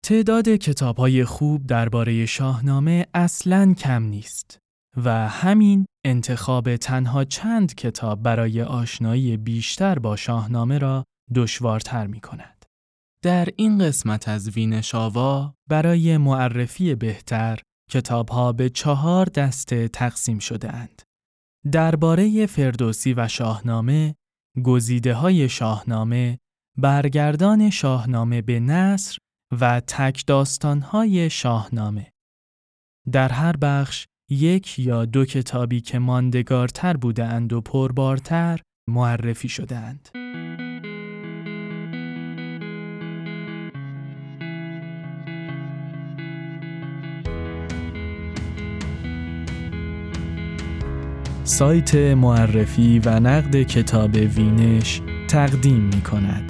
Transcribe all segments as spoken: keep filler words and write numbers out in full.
تعداد کتاب‌های خوب درباره شاهنامه اصلاً کم نیست و همین انتخاب تنها چند کتاب برای آشنایی بیشتر با شاهنامه را دشوارتر می‌کند. در این قسمت از وینش-آوا برای معرفی بهتر کتاب‌ها به چهار دسته تقسیم شده‌اند. درباره فردوسی و شاهنامه، گزیده‌های شاهنامه، برگردان شاهنامه به نثر و تک داستان‌های شاهنامه. در هر بخش یک یا دو کتابی که ماندگارتر بودند و پربارتر معرفی شدند. سایت معرفی و نقد کتاب وینش تقدیم می کند.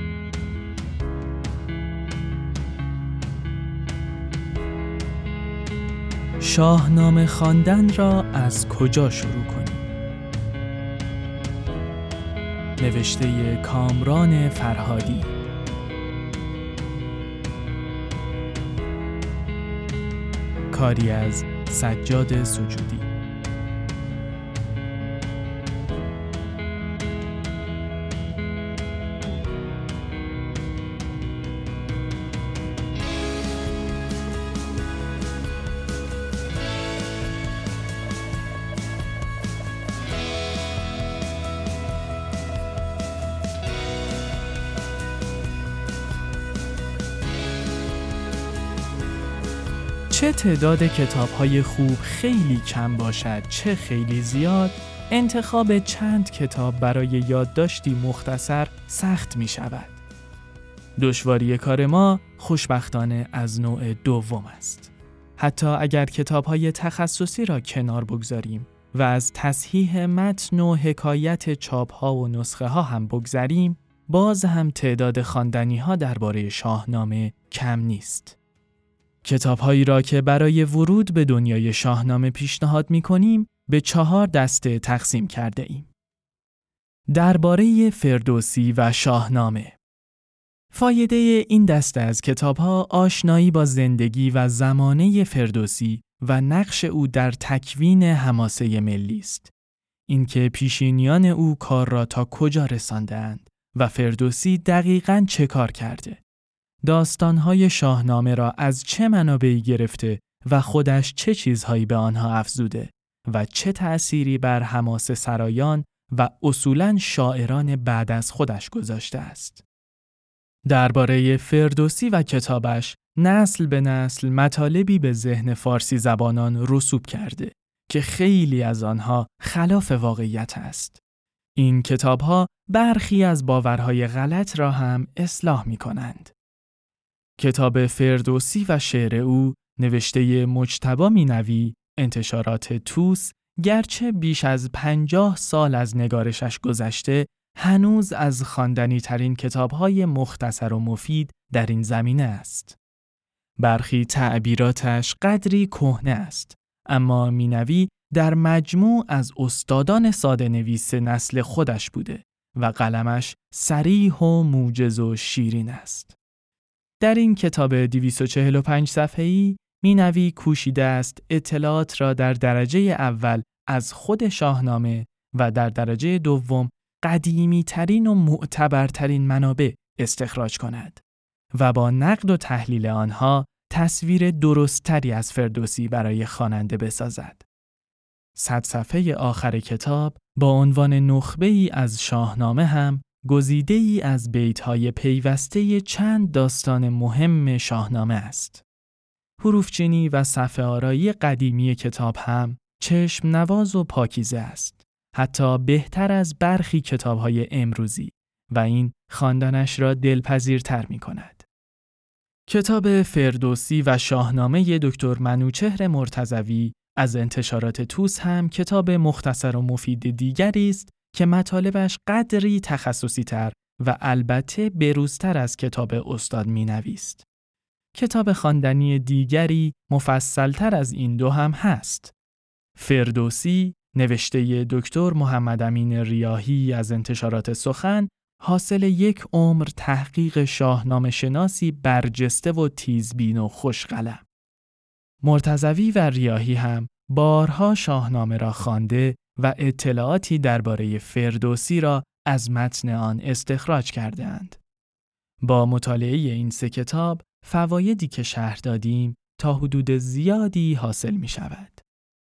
شاهنامه خواندن را از کجا شروع کنیم؟ نوشته کامران فرهادی. کاری از سجاد سجودی. چه تعداد کتاب‌های خوب خیلی کم باشد، چه خیلی زیاد، انتخاب چند کتاب برای یادداشتی مختصر سخت می شود. دشواری کار ما خوشبختانه از نوع دوم است. حتی اگر کتاب‌های تخصصی را کنار بگذاریم و از تصحیح متن و حکایت چاپ‌ها و نسخه‌ها هم بگذریم، باز هم تعداد خواندنی‌ها درباره شاهنامه کم نیست. کتاب‌هایی را که برای ورود به دنیای شاهنامه پیشنهاد می‌کنیم به چهار دسته تقسیم کرده ایم. درباره فردوسی و شاهنامه. فایده این دسته از کتاب‌ها آشنایی با زندگی و زمانه فردوسی و نقش او در تکوین حماسه ملی است. اینکه پیشینیان او کار را تا کجا رساندند و فردوسی دقیقاً چه کار کرده. داستان‌های شاهنامه را از چه منابعی گرفته و خودش چه چیزهایی به آنها افزوده و چه تأثیری بر حماسه سرایان و اصولاً شاعران بعد از خودش گذاشته است. درباره فردوسی و کتابش نسل به نسل مطالبی به ذهن فارسی زبانان رسوب کرده که خیلی از آنها خلاف واقعیت است. این کتاب‌ها برخی از باورهای غلط را هم اصلاح می‌کنند. کتاب فردوسی و شعر او نوشته مجتبی مینوی، انتشارات توس، گرچه بیش از پنجاه سال از نگارشش گذشته، هنوز از خواندنی ترین کتاب‌های مختصر و مفید در این زمینه است. برخی تعبیراتش قدری کهنه است، اما مینوی در مجموع از استادان ساده نویس نسل خودش بوده و قلمش صریح و موجز و شیرین است. در این کتاب دویست و چهل و پنج صفحه‌ای مینوی کوشیده است اطلاعات را در درجه اول از خود شاهنامه و در درجه دوم قدیمی ترین و معتبرترین منابع استخراج کند و با نقد و تحلیل آنها تصویر درستری از فردوسی برای خواننده بسازد. صد صفحه آخر کتاب با عنوان نخبه‌ای از شاهنامه هم گزیده‌ای از بیت‌های پیوسته چند داستان مهم شاهنامه است. حروفچینی و صفحه آرایی قدیمی کتاب هم چشم نواز و پاکیزه است، حتی بهتر از برخی کتاب‌های امروزی و این خواندنش را دلپذیرتر می‌کند. کتاب فردوسی و شاهنامه دکتر منوچهر مرتضوی از انتشارات توس هم کتاب مختصر و مفید دیگری است که مطالبش قدری تخصصی‌تر و البته بروزتر از کتاب استاد مینوی است. کتاب خواندنی دیگری مفصل‌تر از این دو هم هست. فردوسی نوشته دکتر محمد امین ریاحی از انتشارات سخن حاصل یک عمر تحقیق شاهنامه شناسی برجسته و تیزبین و خوشقلم. مرتضوی و ریاحی هم بارها شاهنامه را خوانده و اطلاعاتی درباره فردوسی را از متن آن استخراج کرده‌اند. با مطالعه این سه کتاب، فوایدی که شرح دادیم تا حدود زیادی حاصل می شود.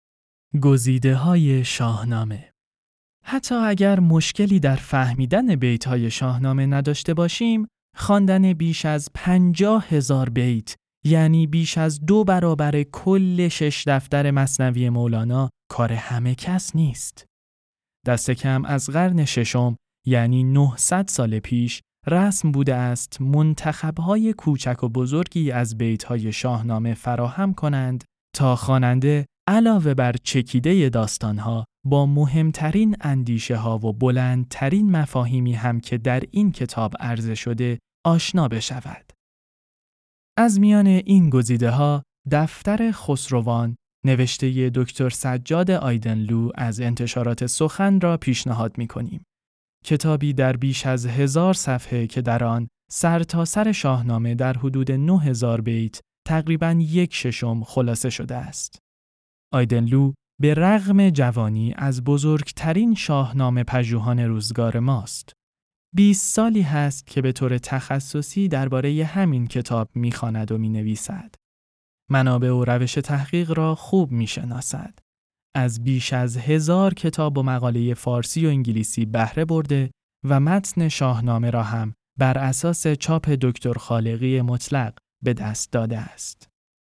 گزیده‌های شاهنامه. حتی اگر مشکلی در فهمیدن بیت‌های شاهنامه نداشته باشیم، خواندن بیش از پنجاه هزار بیت، یعنی بیش از دو برابر کل شش دفتر مثنوی مولانا، کار همه کس نیست. دست کم از قرن ششم، یعنی نهصد سال پیش، رسم بوده است منتخب‌های کوچک و بزرگی از بیت‌های شاهنامه فراهم کنند تا خواننده علاوه بر چکیده داستان‌ها با مهمترین اندیشه‌ها و بلندترین مفاهیمی هم که در این کتاب عرضه شده آشنا بشود. از میان این گزیده‌ها دفتر خسروان نوشته دکتر سجاد آیدنلو از انتشارات سخن را پیشنهاد می‌کنیم. کتابی در بیش از هزار صفحه که در آن سر تا سر شاهنامه در حدود نه هزار بیت تقریباً یک ششم خلاصه شده است. آیدنلو به رغم جوانی از بزرگترین شاهنامه پژوهان روزگار ماست. بیست سالی هست که به طور تخصصی درباره همین کتاب می‌خواند و می‌نویسد. منابع و روش تحقیق را خوب می‌شناسد. از بیش از هزار کتاب و مقاله فارسی و انگلیسی بهره برده و متن شاهنامه را هم بر اساس چاپ دکتر خالقی مطلق به دست داده است.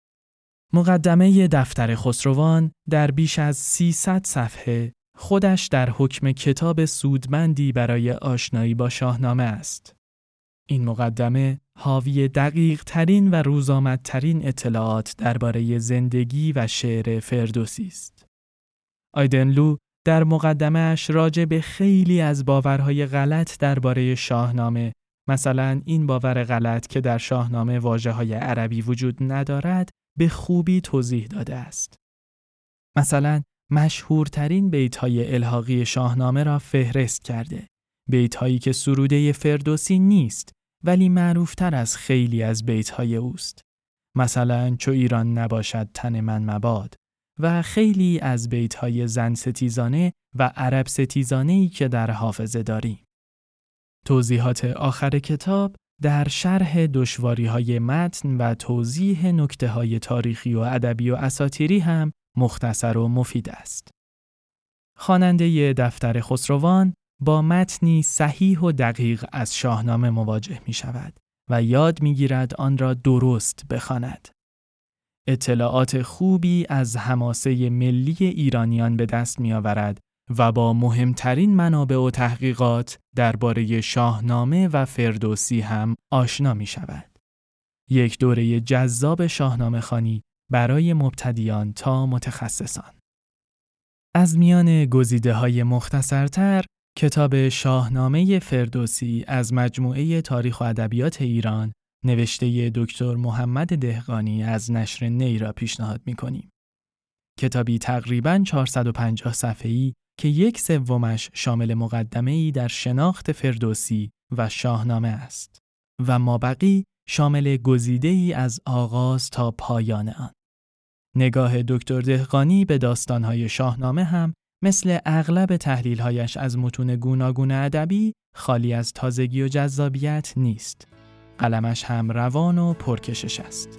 مقدمه دفتر خسروان در بیش از سیصد صفحه خودش در حکم کتاب سودمندی برای آشنایی با شاهنامه است. این مقدمه حاوی دقیق ترین و روزآمدترین اطلاعات درباره زندگی و شعر فردوسی است. آیدنلو در مقدمه‌اش راجع به خیلی از باورهای غلط درباره شاهنامه، مثلا این باور غلط که در شاهنامه واژه‌های عربی وجود ندارد، به خوبی توضیح داده است. مثلا مشهورترین بیت‌های الحاقی شاهنامه را فهرست کرده. بیت‌هایی که سروده فردوسی نیست ولی معروفتر از خیلی از بیت‌های اوست. مثلا چو ایران نباشد تن من مباد و خیلی از بیت‌های زن ستیزانه و عرب ستیزانه‌ای که در حافظه داریم. توضیحات آخر کتاب در شرح دشواری‌های متن و توضیح نکته‌های تاریخی و ادبی و اساطیری هم مختصر و مفید است. خواننده دفتر خسروان با متنی صحیح و دقیق از شاهنامه مواجه می‌شود و یاد می‌گیرد آن را درست بخواند. اطلاعات خوبی از حماسه ملی ایرانیان به دست می‌آورد و با مهمترین منابع و تحقیقات درباره شاهنامه و فردوسی هم آشنا می‌شود. یک دوره جذاب شاهنامه خوانی برای مبتدیان تا متخصصان. از میان گزیده‌های مختصرتر، کتاب شاهنامه فردوسی از مجموعه تاریخ و ادبیات ایران نوشته دکتر محمد دهقانی از نشر نی را پیشنهاد می‌کنیم. کتابی تقریباً چهارصد و پنجاه صفحه‌ای که یک سومش شامل مقدمه‌ای در شناخت فردوسی و شاهنامه است و مابقی شامل گزیده‌ای از آغاز تا پایان آن. نگاه دکتر دهقانی به داستان‌های شاهنامه هم مثل اغلب تحلیل‌هایش از متون گوناگون ادبی خالی از تازگی و جذابیت نیست. قلمش هم روان و پرکشش است.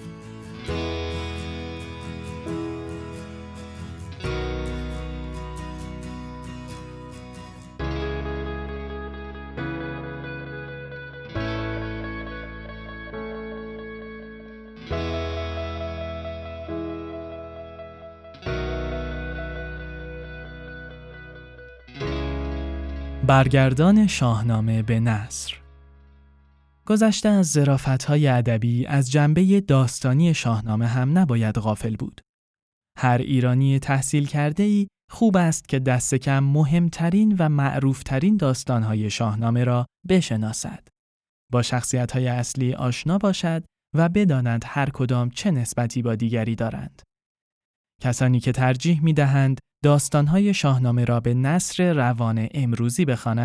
برگردان شاهنامه به نثر. گذشته از ظرافت‌های ادبی از جنبه داستانی شاهنامه هم نباید غافل بود. هر ایرانی تحصیل کرده‌ای خوب است که دست کم مهمترین و معروفترین داستان‌های شاهنامه را بشناسد. با شخصیت‌های اصلی آشنا باشد و بداند هر کدام چه نسبتی با دیگری دارند. کسانی که ترجیح می‌دهند داستان‌های شاهنامه را به نثر روان امروزی بخوانند،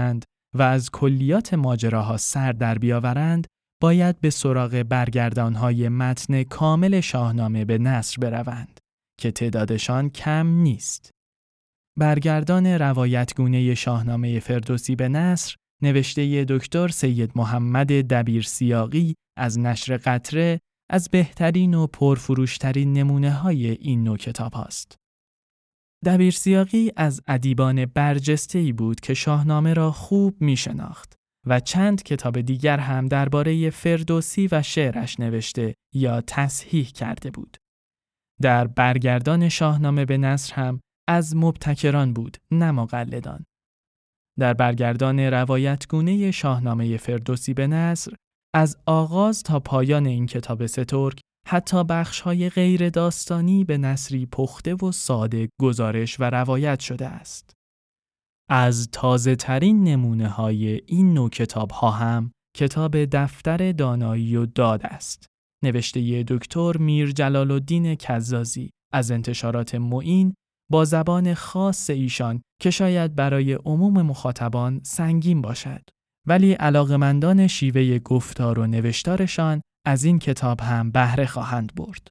و از کلیات ماجراها سر در بیاورند، باید به سراغ برگردانهای متن کامل شاهنامه به نثر بروند که تعدادشان کم نیست. برگردان روایتگونه شاهنامه فردوسی به نثر نوشته دکتر سید محمد دبیرسیاقی از نشر قطره از بهترین و پرفروشترین نمونه‌های این نوع کتاب هاست. دبیرسیاقی از ادیبان برجسته‌ای بود که شاهنامه را خوب می‌شناخت و چند کتاب دیگر هم درباره فردوسی و شعرش نوشته یا تصحیح کرده بود. در برگردان شاهنامه به نثر هم از مبتکران بود، نه مقلدان. در برگردان روایتگونه شاهنامه فردوسی به نثر، از آغاز تا پایان این کتاب سترگ، حتی بخش‌های غیر داستانی به نثری پخته و ساده گزارش و روایت شده است. از تازه‌ترین نمونه‌های این نوع کتاب‌ها هم کتاب دفتر دانایی و داد است، نوشته دکتر میر جلال الدین کزازی از انتشارات معین، با زبان خاص ایشان که شاید برای عموم مخاطبان سنگین باشد، ولی علاقمندان شیوه گفتار و نوشتارشان از این کتاب هم بهره خواهند برد.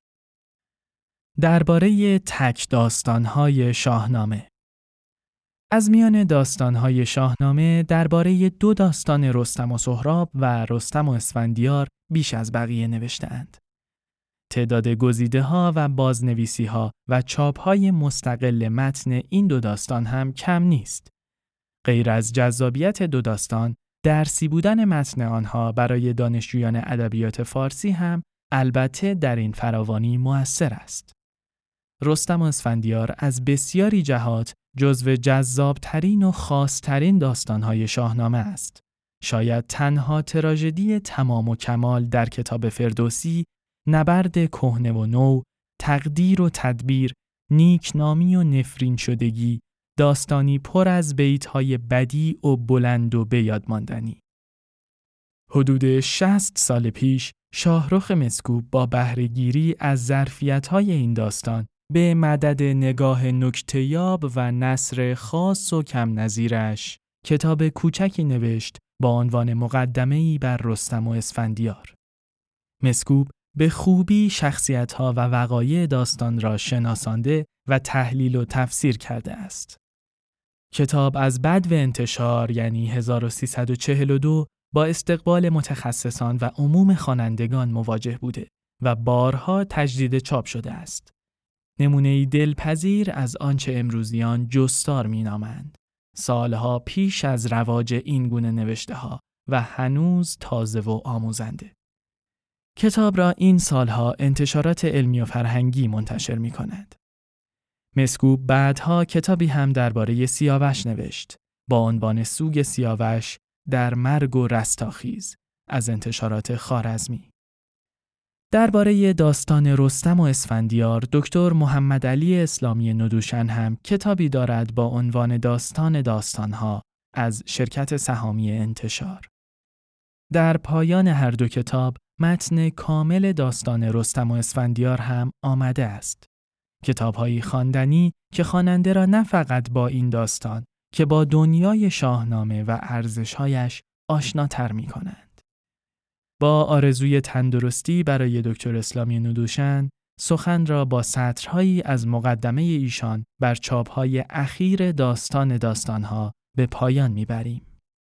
درباره تک داستان‌های شاهنامه. از میان داستان‌های شاهنامه درباره دو داستان رستم و سهراب و رستم و اسفندیار بیش از بقیه نوشته‌اند. تعداد گزیده‌ها و بازنویسی‌ها و چاپ‌های مستقل متن این دو داستان هم کم نیست. غیر از جذابیت دو داستان، درسی بودن متن آنها برای دانشجویان ادبیات فارسی هم البته در این فراوانی مؤثر است. رستم و اسفندیار از بسیاری جهات جزو جذابترین و خاصترین داستان‌های شاهنامه است. شاید تنها تراژدی تمام و کمال در کتاب فردوسی، نبرد کهنه و نو، تقدیر و تدبیر، نیکنامی و نفرین شدگی، داستانی پر از بیت‌های بدیع و بلند و بیاد ماندنی. حدود شصت سال پیش شاهرخ مسکوب با بهره‌گیری از ظرفیت‌های این داستان به مدد نگاه نکته‌یاب و نثر خاص و کم نظیرش کتاب کوچکی نوشت با عنوان مقدمه‌ای بر رستم و اسفندیار. مسکوب به خوبی شخصیت‌ها و وقایع داستان را شناسانده و تحلیل و تفسیر کرده است. کتاب از بدو انتشار یعنی هزار و سیصد و چهل و دو با استقبال متخصصان و عموم خوانندگان مواجه بوده و بارها تجدید چاپ شده است. نمونه‌ای دلپذیر از آنچه امروزیان جستار می‌نامند. سالها پیش از رواج این گونه نوشته‌ها و هنوز تازه و آموزنده. کتاب را این سالها انتشارات علمی و فرهنگی منتشر می‌کند. مسکوب بعدها کتابی هم درباره سیاوش نوشت با عنوان سوگ سیاوش در مرگ و رستاخیز از انتشارات خوارزمی. درباره داستان رستم و اسفندیار دکتر محمد علی اسلامی ندوشن هم کتابی دارد با عنوان داستان داستانها از شرکت سهامی انتشار. در پایان هر دو کتاب متن کامل داستان رستم و اسفندیار هم آمده است. کتاب‌های خواندنی که خواننده را نه فقط با این داستان که با دنیای شاهنامه و ارزش‌هایش آشناتر می‌کنند. با آرزوی تندرستی برای دکتر اسلامی ندوشن، سخن را با سطرهایی از مقدمه ایشان بر چاپ‌های اخیر داستان داستان‌ها به پایان می‌بریم.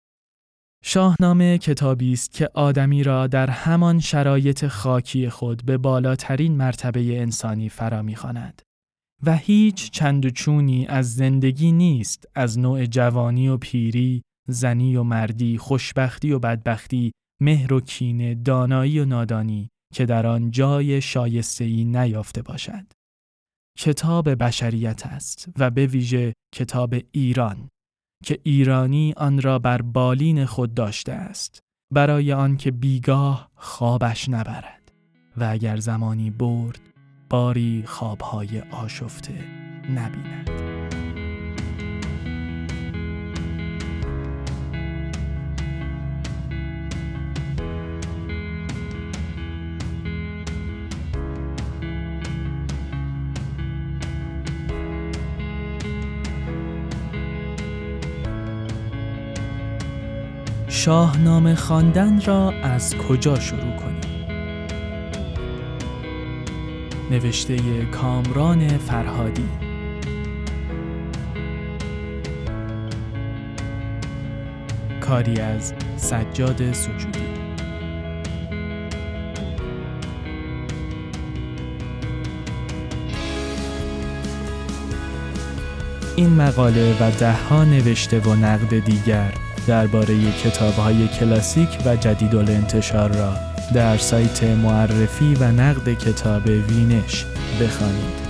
شاهنامه کتابی است که آدمی را در همان شرایط خاکی خود به بالاترین مرتبه انسانی فرا می‌خواند و هیچ چند و چونی از زندگی نیست از نوع جوانی و پیری، زنی و مردی، خوشبختی و بدبختی، مهر و کینه، دانایی و نادانی که در آن جای شایسته‌ای نیافته باشد. کتاب بشریت است و به ویژه کتاب ایران که ایرانی آن را بر بالین خود داشته است برای آن که بیگاه خوابش نبرد و اگر زمانی برد باری خوابهای آشفته نبیند. شاهنامه خواندن را از کجا شروع کنیم؟ نوشته کامران فرهادی. کاری از سجاد سجودی. این مقاله و ده‌ها نوشته و نقد دیگر درباره کتاب‌های کلاسیک و جدیدالانتشار را در سایت معرفی و نقد کتاب وینش بخوانید.